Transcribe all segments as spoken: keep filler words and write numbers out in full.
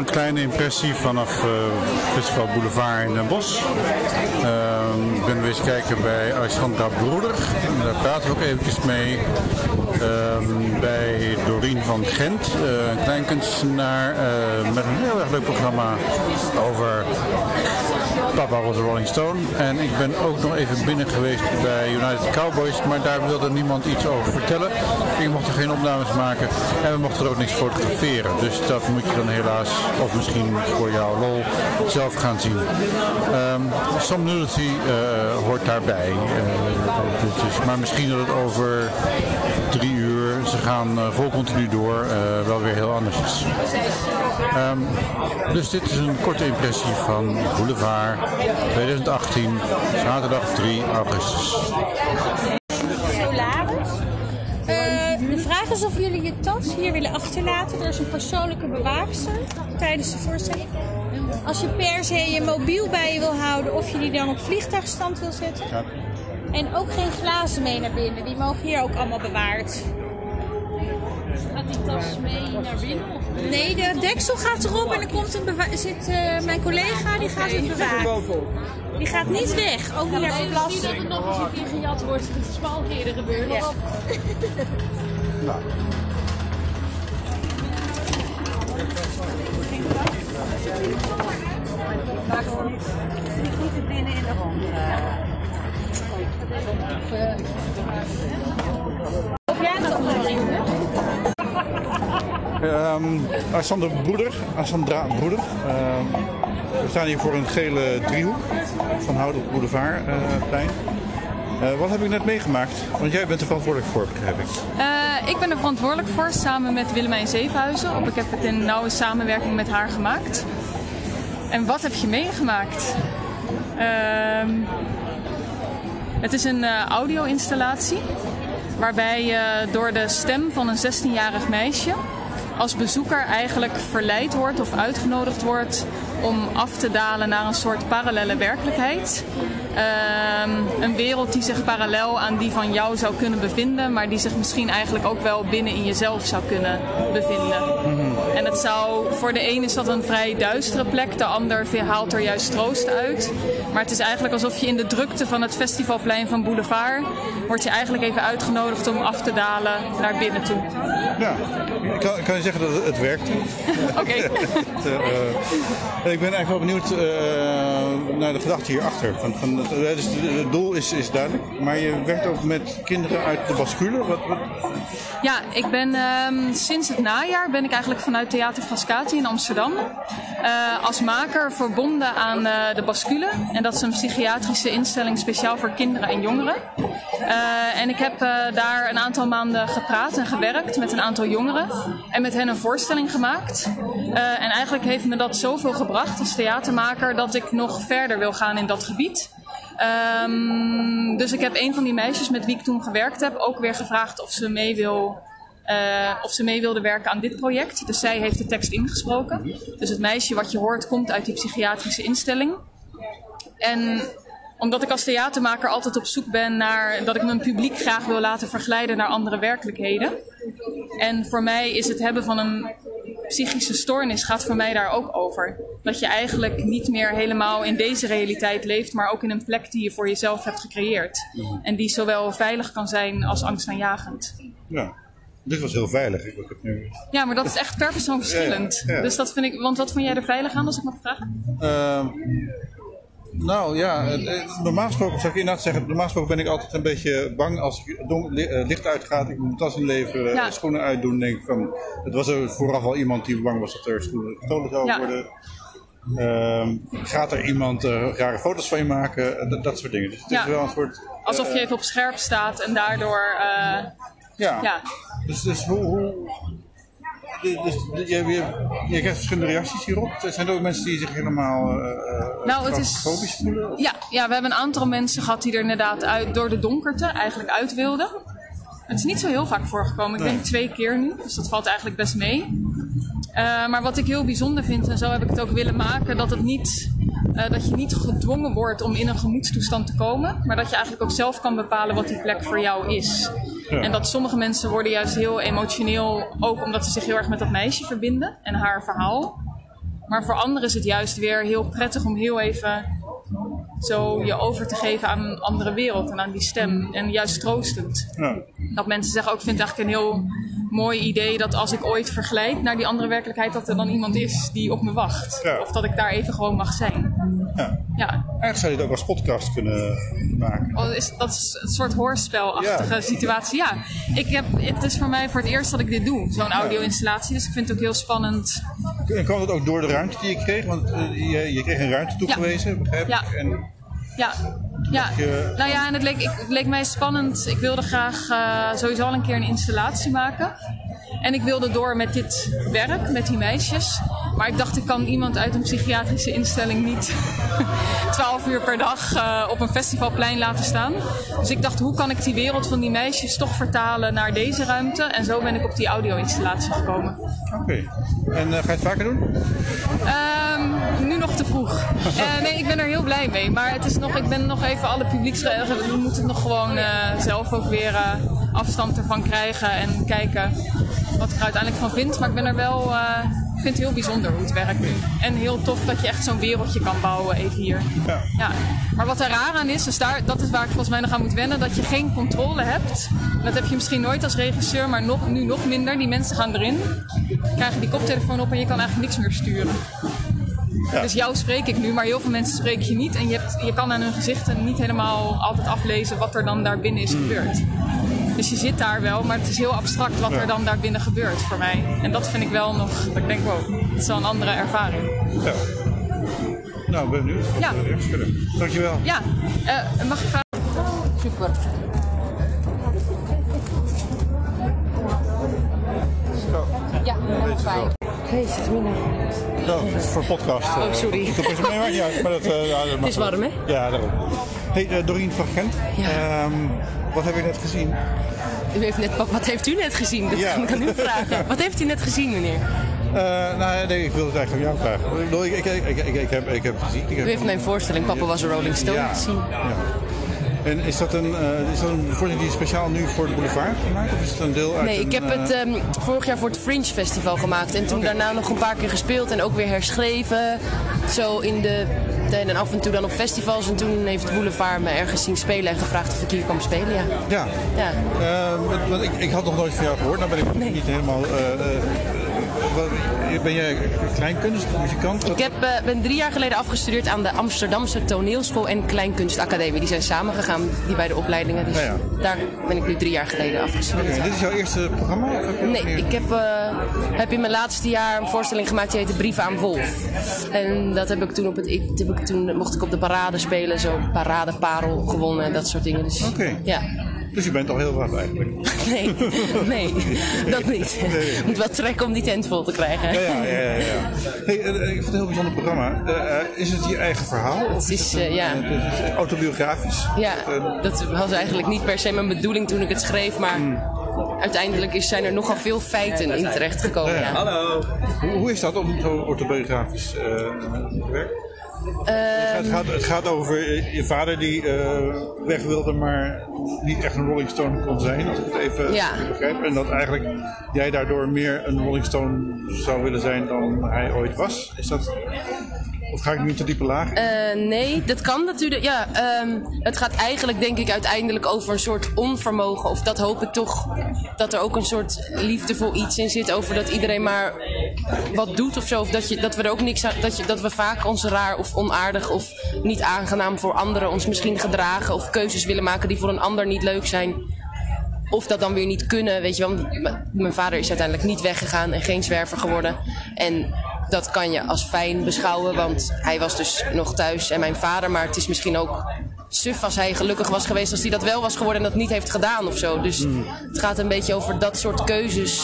kleine impressie vanaf uh, Festival Boulevard in Den Bosch. Uh, ik ben geweest kijken bij Alexandra Broeder. Daar praten we ook eventjes mee. Uh, bij Dorien van Gent, uh, een kleinkunstenaar uh, met een heel erg leuk programma over Papa was een Rolling Stone. En ik ben ook nog even binnen geweest bij United Cowboys, maar daar wilde niemand iets over vertellen. Ik mocht er geen opnames maken en we mochten er ook niks fotograferen. Dus dat moet je dan helaas, of misschien voor jouw lol, zelf gaan zien. Um, some nudity uh, hoort daarbij. Uh, dus, maar misschien dat het over drie uur, ze gaan uh, vol continu door, uh, wel weer heel anders is. Um, dus dit is een korte impressie van Boulevard twintig achttien, zaterdag drie augustus. Uh, de vraag is of jullie je tas hier willen achterlaten. Er is een persoonlijke bewaakster tijdens de voorstelling. Als je per se je mobiel bij je wil houden of je die dan op vliegtuigstand wil zetten. Ja. En ook geen glazen mee naar binnen, die mogen hier ook allemaal bewaard. Gaat die tas mee naar binnen? Of nee, de deksel gaat erop en er komt een bewa- zit uh, mijn collega, die gaat het bewaken. Die gaat niet weg, ook niet naar de plas. Niet dat het nog eens een keer gejat wordt, dat is wel al eerder gebeurd. Ja. Nou. Niet te binnen in de rond. Of jij het opneemt? Um, Alexandra Broeder, Alexandra Broeder. Um, we staan hier voor een gele driehoek van hout op Boulevardplein. Uh, uh, wat heb ik net meegemaakt? Want jij bent er verantwoordelijk voor, begrijp ik. Uh, ik ben er verantwoordelijk voor, samen met Willemijn Zevenhuizen. Op, ik heb het in nauwe samenwerking met haar gemaakt. En wat heb je meegemaakt? Uh, het is een uh, audio-installatie waarbij je door de stem van een zestienjarig meisje als bezoeker eigenlijk verleid wordt of uitgenodigd wordt om af te dalen naar een soort parallelle werkelijkheid. Um, een wereld die zich parallel aan die van jou zou kunnen bevinden, maar die zich misschien eigenlijk ook wel binnen in jezelf zou kunnen bevinden. Mm-hmm. En het zou, voor de een is dat een vrij duistere plek, de ander haalt er juist troost uit. Maar het is eigenlijk alsof je in de drukte van het festivalplein van Boulevard, wordt je eigenlijk even uitgenodigd om af te dalen naar binnen toe. Ja, ik kan, kan je zeggen dat het, het werkt. Oké. Okay. uh, ik ben eigenlijk wel benieuwd uh, naar de gedachte hierachter. Van, van, dus het doel is, is duidelijk, maar je werkt ook met kinderen uit de Bascule. Wat, wat? Ja, ik ben um, sinds het najaar ben ik eigenlijk vanuit Theater Frascati in Amsterdam uh, als maker verbonden aan uh, de Bascule. En dat is een psychiatrische instelling speciaal voor kinderen en jongeren. Uh, en ik heb uh, daar een aantal maanden gepraat en gewerkt met een aantal jongeren en met hen een voorstelling gemaakt. Uh, en eigenlijk heeft me dat zoveel gebracht als theatermaker dat ik nog verder wil gaan in dat gebied. Um, dus ik heb een van die meisjes met wie ik toen gewerkt heb ook weer gevraagd of ze mee wil, uh, of ze mee wilde werken aan dit project. Dus zij heeft de tekst ingesproken. Dus het meisje wat je hoort komt uit die psychiatrische instelling. En omdat ik als theatermaker altijd op zoek ben naar dat ik mijn publiek graag wil laten verglijden naar andere werkelijkheden. En voor mij is het hebben van een psychische stoornis gaat voor mij daar ook over. Dat je eigenlijk niet meer helemaal in deze realiteit leeft, maar ook in een plek die je voor jezelf hebt gecreëerd. En die zowel veilig kan zijn als angstaanjagend. Ja, dit was heel veilig. Ik heb nu... Ja, maar dat is echt per persoon verschillend. Ja, ja. Dus dat vind ik, want wat vond jij er veilig aan, als ik mag vragen? Uh, nou ja, normaal gesproken zou ik inderdaad zeggen, normaal gesproken ben ik altijd een beetje bang als ik don- licht uitgaat, ik moet mijn tas inleveren, ja. schoenen uitdoen, denk ik van, het was er vooraf al iemand die bang was dat er schoenen gestolen zouden ja. worden. Uh, gaat er iemand uh, rare foto's van je maken, dat, dat soort dingen. Dus het ja. is wel een soort... Uh, Alsof je even op scherp staat en daardoor... Uh, ja. ja, dus, dus hoe... hoe Dus je, je, je krijgt verschillende reacties hierop. Zijn er ook mensen die zich helemaal uh, nou, het is, fobisch voelen? Ja, ja, we hebben een aantal mensen gehad die er inderdaad uit, door de donkerte eigenlijk uit wilden. Het is niet zo heel vaak voorgekomen. Ik nee. denk twee keer nu, dus dat valt eigenlijk best mee. Uh, maar wat ik heel bijzonder vind, en zo heb ik het ook willen maken, dat, het niet, uh, dat je niet gedwongen wordt om in een gemoedstoestand te komen, maar dat je eigenlijk ook zelf kan bepalen wat die plek voor jou is. Ja. En dat sommige mensen worden juist heel emotioneel, ook omdat ze zich heel erg met dat meisje verbinden en haar verhaal. Maar voor anderen is het juist weer heel prettig om heel even zo je over te geven aan een andere wereld en aan die stem. En juist troostend. Ja. Dat mensen zeggen ook, ik vind het eigenlijk een heel mooi idee dat als ik ooit vergelijk naar die andere werkelijkheid, dat er dan iemand is die op me wacht. Ja. Of dat ik daar even gewoon mag zijn. Ja. Ja. Eigenlijk zou je het ook als podcast kunnen maken. Oh, is, dat is een soort hoorspelachtige ja. situatie. Ja, ik heb, het is voor mij voor het eerst dat ik dit doe, zo'n audio-installatie. Dus ik vind het ook heel spannend. En kwam het ook door de ruimte die je kreeg? Want uh, je, je kreeg een ruimte toegewezen, ja. begrijp ik? Ja. En ja. Ja, je... nou ja, en het leek, ik, het leek mij spannend. Ik wilde graag uh, sowieso al een keer een installatie maken. En ik wilde door met dit werk, met die meisjes. Maar ik dacht, ik kan iemand uit een psychiatrische instelling niet twaalf uur per dag uh, op een festivalplein laten staan. Dus ik dacht, hoe kan ik die wereld van die meisjes toch vertalen naar deze ruimte? En zo ben ik op die audio-installatie gekomen. Oké. Okay. En uh, ga je het vaker doen? Um, nu nog te vroeg. Uh, nee, ik ben er heel blij mee. Maar het is nog, ik ben nog even alle publieksregels. We moeten het nog gewoon uh, zelf ook weer uh, afstand ervan krijgen en kijken wat ik er uiteindelijk van vind. Maar ik ben er wel, uh, ik vind het heel bijzonder hoe het werkt nu. En heel tof dat je echt zo'n wereldje kan bouwen even hier. Ja. Ja. Maar wat er raar aan is, dus daar, dat is waar ik volgens mij nog aan moet wennen, dat je geen controle hebt. Dat heb je misschien nooit als regisseur, maar nog, nu nog minder. Die mensen gaan erin, krijgen die koptelefoon op en je kan eigenlijk niks meer sturen. Ja. Dus jou spreek ik nu, maar heel veel mensen spreek je niet. En je, hebt, je kan aan hun gezichten niet helemaal altijd aflezen wat er dan daar binnen is gebeurd. Dus je zit daar wel, maar het is heel abstract wat er dan daar binnen gebeurt voor mij. En dat vind ik wel nog, dat ik denk, wow, het is wel een andere ervaring. Ja. Nou, ben benieuwd. Ja. Dankjewel. Ja, uh, mag ik vragen? Super. Zo. Ja, fijn. Jezus, Mina. Zo, het is voor een podcast. Uh, oh, sorry. Nee, maar ja, maar dat, uh, ja, dat het is warm, hè? Ja, daarom. Hey, uh, Dorien van Gent. Ja. Um, wat heb je net gezien? U heeft net, wat heeft u net gezien? Dat ja. kan ik u vragen. Wat heeft u net gezien, meneer? Uh, nou, nee, ik wil het eigenlijk aan jou vragen. Ik, ik, ik, ik, ik, heb, ik heb gezien. Ik heb u heeft mijn voorstelling Papa was een Rolling Stone ja. gezien. Ja. En is dat, een, uh, is dat een voorstelling die speciaal nu voor de boulevard gemaakt? Of is het een deel uit Nee, een, ik heb uh... het um, vorig jaar voor het Fringe Festival gemaakt. En toen okay. daarna nog een paar keer gespeeld en ook weer herschreven. Zo in de... En af en toe dan op festivals. En toen heeft de boulevard me ergens zien spelen en gevraagd of ik hier kwam spelen, ja. Ja. ja. Uh, want ik, ik had nog nooit van jou gehoord. Nou ben ik nee. niet helemaal... Uh, uh, ben jij kleinkunst, muzikant? Ik heb, uh, ben drie jaar geleden afgestudeerd aan de Amsterdamse Toneelschool en Kleinkunstacademie. Die zijn samengegaan, die beide opleidingen. Dus ja, ja. daar ben ik nu drie jaar geleden afgestudeerd. Okay, dit is jouw eerste programma? Of heb je nee, ik heb, uh, heb in mijn laatste jaar een voorstelling gemaakt die heette Brieven aan Wolf. En dat heb ik toen op het... Ik, heb ik Toen mocht ik op de parade spelen, zo'n paradeparel gewonnen en dat soort dingen. Dus, Oké. Okay. Ja. Dus je bent al heel wat eigenlijk? Nee, nee, dat niet. Je moet wel trekken om die tent vol te krijgen. Ja, ja, ja. ja. Hey, ik vind het een heel bijzonder programma. Uh, is het je eigen verhaal? Of het is, is het, uh, ja. Uh, is het autobiografisch? Ja, uh, dat was eigenlijk niet per se mijn bedoeling toen ik het schreef, maar... Mm. Uiteindelijk is, zijn er nogal veel feiten in terechtgekomen. Ja, ja. Hallo. Hoe, hoe is dat om zo autobiografisch uh, te werken? Um, het, gaat, het gaat over je vader die uh, weg wilde, maar niet echt een Rolling Stone kon zijn, als ik het even ja. begrijp. En dat eigenlijk jij daardoor meer een Rolling Stone zou willen zijn dan hij ooit was. Is dat... Of ga ik nu te diepe laag? Uh, nee, dat kan natuurlijk. Ja, um, het gaat eigenlijk denk ik uiteindelijk over een soort onvermogen. Of dat hoop ik toch, dat er ook een soort liefdevol iets in zit. Over dat iedereen maar wat doet of zo. Of dat, je, dat we er ook niks aan, dat, je, dat we vaak ons raar of onaardig of niet aangenaam voor anderen ons misschien gedragen. Of keuzes willen maken die voor een ander niet leuk zijn. Of dat dan weer niet kunnen, weet je wel. M- mijn vader is uiteindelijk niet weggegaan en geen zwerver geworden. En dat kan je als fijn beschouwen, want hij was dus nog thuis en mijn vader. Maar het is misschien ook suf als hij gelukkig was geweest als hij dat wel was geworden en dat niet heeft gedaan of zo. Dus mm. het gaat een beetje over dat soort keuzes,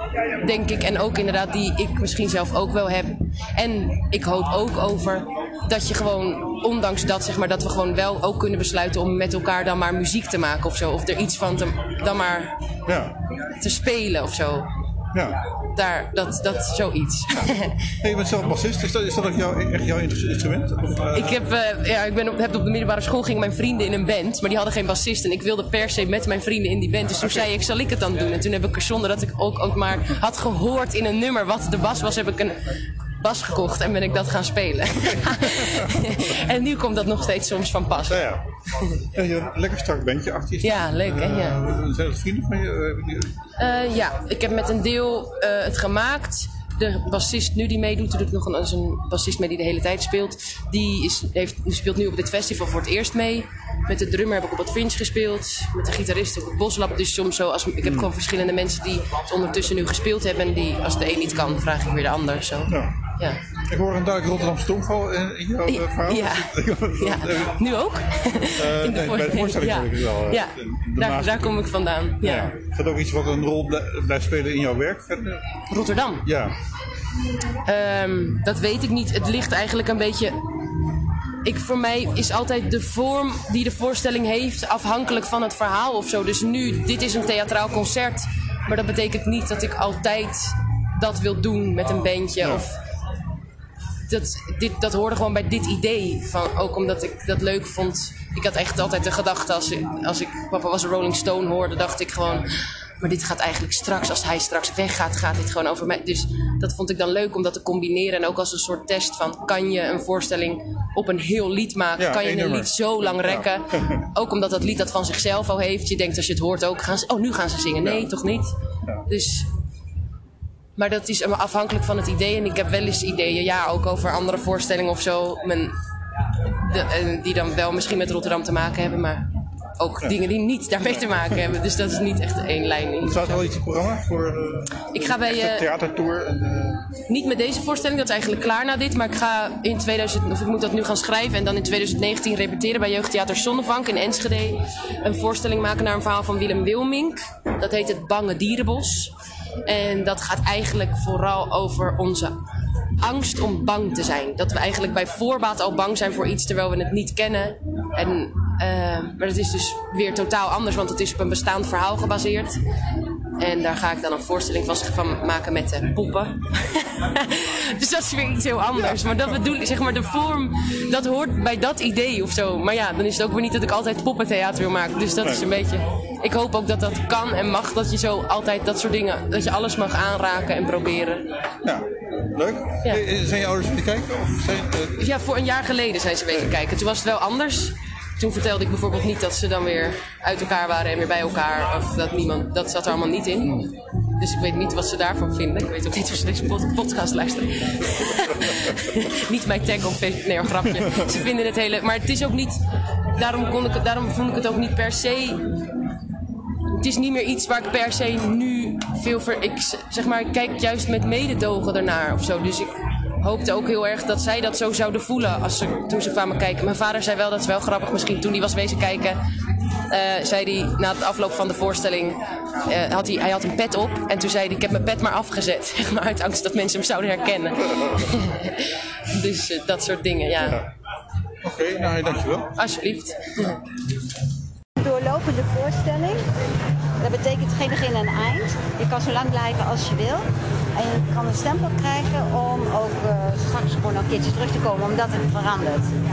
denk ik. En ook inderdaad die ik misschien zelf ook wel heb. En ik hoop ook over dat je gewoon, ondanks dat, zeg maar, dat we gewoon wel ook kunnen besluiten om met elkaar dan maar muziek te maken of zo. Of er iets van te, dan maar ja. te spelen of zo. Ja. Daar, dat, dat zoiets. Hey, je bent zelf bassist. Is dat, is dat ook jouw, echt jouw instrument? Of, uh... Ik, heb, uh, ja, ik ben op, heb op de middelbare school gingen mijn vrienden in een band, maar die hadden geen bassist. En ik wilde per se met mijn vrienden in die band. Dus toen okay. zei ik, zal ik het dan doen? En toen heb ik er, zonder dat ik ook, ook maar had gehoord in een nummer wat de bas was, heb ik een bas gekocht en ben ik dat gaan spelen. En nu komt dat nog steeds soms van pas. Ja, ja. Ja, je hebt een lekker strak bandje achter je. Ja, leuk hè? Ja. Uh, zijn dat vrienden van je? Uh, ja, ik heb met een deel uh, het gemaakt. De bassist nu die meedoet, er doet nog een, is een bassist mee die de hele tijd speelt. Die, is, heeft, die speelt nu op dit festival voor het eerst mee. Met de drummer heb ik op het Fringe gespeeld. Met de gitarist op het Boslab. Dus soms zo, als, ik heb gewoon verschillende mensen die het ondertussen nu gespeeld hebben. En die, als de een niet kan, vraag ik weer de ander. Zo. Ja. Ja. Ik hoor een duidelijk Rotterdamse tongval in jouw uh, verhaal. Ja, ja. Nu ook? Uh, in de nee, voor... bij de voorstelling ja. ik het wel. Ja, daar, daar kom ik vandaan. Ja. Ja. Gaat ook iets wat een rol blijft spelen in jouw werk? Rotterdam? Ja. Um, dat weet ik niet. Het ligt eigenlijk een beetje... Ik, voor mij is altijd de vorm die de voorstelling heeft afhankelijk van het verhaal of zo. Dus nu, dit is een theatraal concert. Maar dat betekent niet dat ik altijd dat wil doen met een bandje. Ja. Of dat, dit, dat hoorde gewoon bij dit idee. Van, ook omdat ik dat leuk vond. Ik had echt altijd de gedachte als ik, als ik Papa Was een Rolling Stone hoorde, dacht ik gewoon... Maar dit gaat eigenlijk straks, als hij straks weggaat, gaat dit gewoon over mij. Dus dat vond ik dan leuk om dat te combineren. En ook als een soort test van, kan je een voorstelling op een heel lied maken? Ja, kan je een nummer. lied zo lang rekken? Ja. Ook omdat dat lied dat van zichzelf al heeft. Je denkt als je het hoort ook, gaan ze, oh nu gaan ze zingen. Nee, ja. toch niet? Ja. Dus, maar dat is afhankelijk van het idee. En ik heb wel eens ideeën, ja, ook over andere voorstellingen of zo. Mijn, de, die dan wel misschien met Rotterdam te maken hebben, maar... Ook ja. dingen die niet daarmee te maken hebben. Dus dat is niet echt één lijn in. Staat er al iets in het programma voor de ik ga bij, uh, theatertour? En, uh... Niet met deze voorstelling, dat is eigenlijk klaar na dit. Maar ik ga in tweeduizend, of ik moet dat nu gaan schrijven. En dan in twintig negentien repeteren bij Jeugdtheater Zonnevank in Enschede. Een voorstelling maken naar een verhaal van Willem Wilmink. Dat heet Het Bange Dierenbos. En dat gaat eigenlijk vooral over onze angst om bang te zijn. Dat we eigenlijk bij voorbaat al bang zijn voor iets terwijl we het niet kennen. En, uh, maar het is dus weer totaal anders, want het is op een bestaand verhaal gebaseerd. En daar ga ik dan een voorstelling van, van maken met de poppen. Dus dat is weer iets heel anders. Maar dat bedoel, zeg maar, de vorm, dat hoort bij dat idee of zo. Maar ja, dan is het ook weer niet dat ik altijd poppentheater wil maken. Dus dat is een beetje... Ik hoop ook dat dat kan en mag, dat je zo altijd dat soort dingen... Dat je alles mag aanraken en proberen. Ja, leuk. Ja. Zijn je ouders weer kijken? Of zijn, uh... Ja, voor een jaar geleden zijn ze weer kijken. Toen was het wel anders. Toen vertelde ik bijvoorbeeld niet dat ze dan weer uit elkaar waren en weer bij elkaar. Of dat niemand, dat zat er allemaal niet in. Dus ik weet niet wat ze daarvan vinden. Ik weet ook niet of ze deze pod- podcast luisteren. Niet mijn tag op Facebook. Nee, een grapje. Ze vinden het hele... Maar het is ook niet... Daarom, kon ik, daarom vond ik het ook niet per se... Het is niet meer iets waar ik per se nu veel voor... Ik, zeg maar, ik kijk juist met mededogen ernaar of zo. Dus ik hoopte ook heel erg dat zij dat zo zouden voelen als ze, toen ze kwamen kijken. Mijn vader zei wel, dat is wel grappig misschien, toen hij was wezen kijken... Uh, zei hij na de afloop van de voorstelling... Uh, had hij, hij had een pet op en toen zei hij, ik heb mijn pet maar afgezet. Zeg maar uit angst dat mensen hem zouden herkennen. Dus uh, dat soort dingen, ja. ja. Oké, okay, nou dankjewel. Alsjeblieft. Doorlopende voorstelling. Dat betekent geen begin en eind. Je kan zo lang blijven als je wil. En je kan een stempel krijgen om ook uh, straks gewoon nog een keertje terug te komen, omdat het verandert. Ja.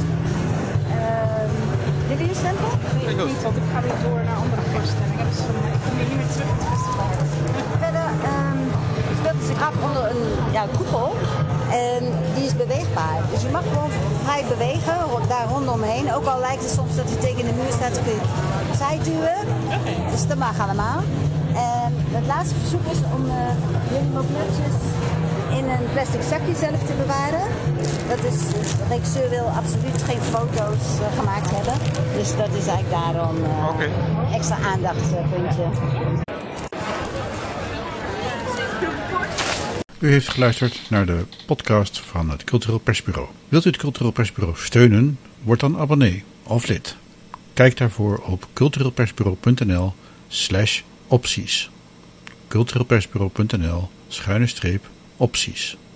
Uh, wil je een stempel? Nee, ik niet, want ik ga weer door naar andere voorstellingen. Dus uh, ik kom hier niet meer terug in het festival. Verder um, speelt zich af onder een ja, koepel. En die is beweegbaar. Dus je mag gewoon vrij bewegen, daar rondomheen. Ook al lijkt het soms dat je tegen de muur staat, dan kun je opzij duwen. Dus dat mag allemaal. En het laatste verzoek is om uh, jullie mobieltjes in een plastic zakje zelf te bewaren. Dat is, de regisseur wil absoluut geen foto's uh, gemaakt hebben. Dus dat is eigenlijk daarom uh, okay. extra aandachtspuntje. U heeft geluisterd naar de podcast van het Cultureel Persbureau. Wilt u het Cultureel Persbureau steunen? Word dan abonnee of lid. Kijk daarvoor op cultureelpersbureau.nl slash opties. cultureelpersbureau.nl schuine streep opties.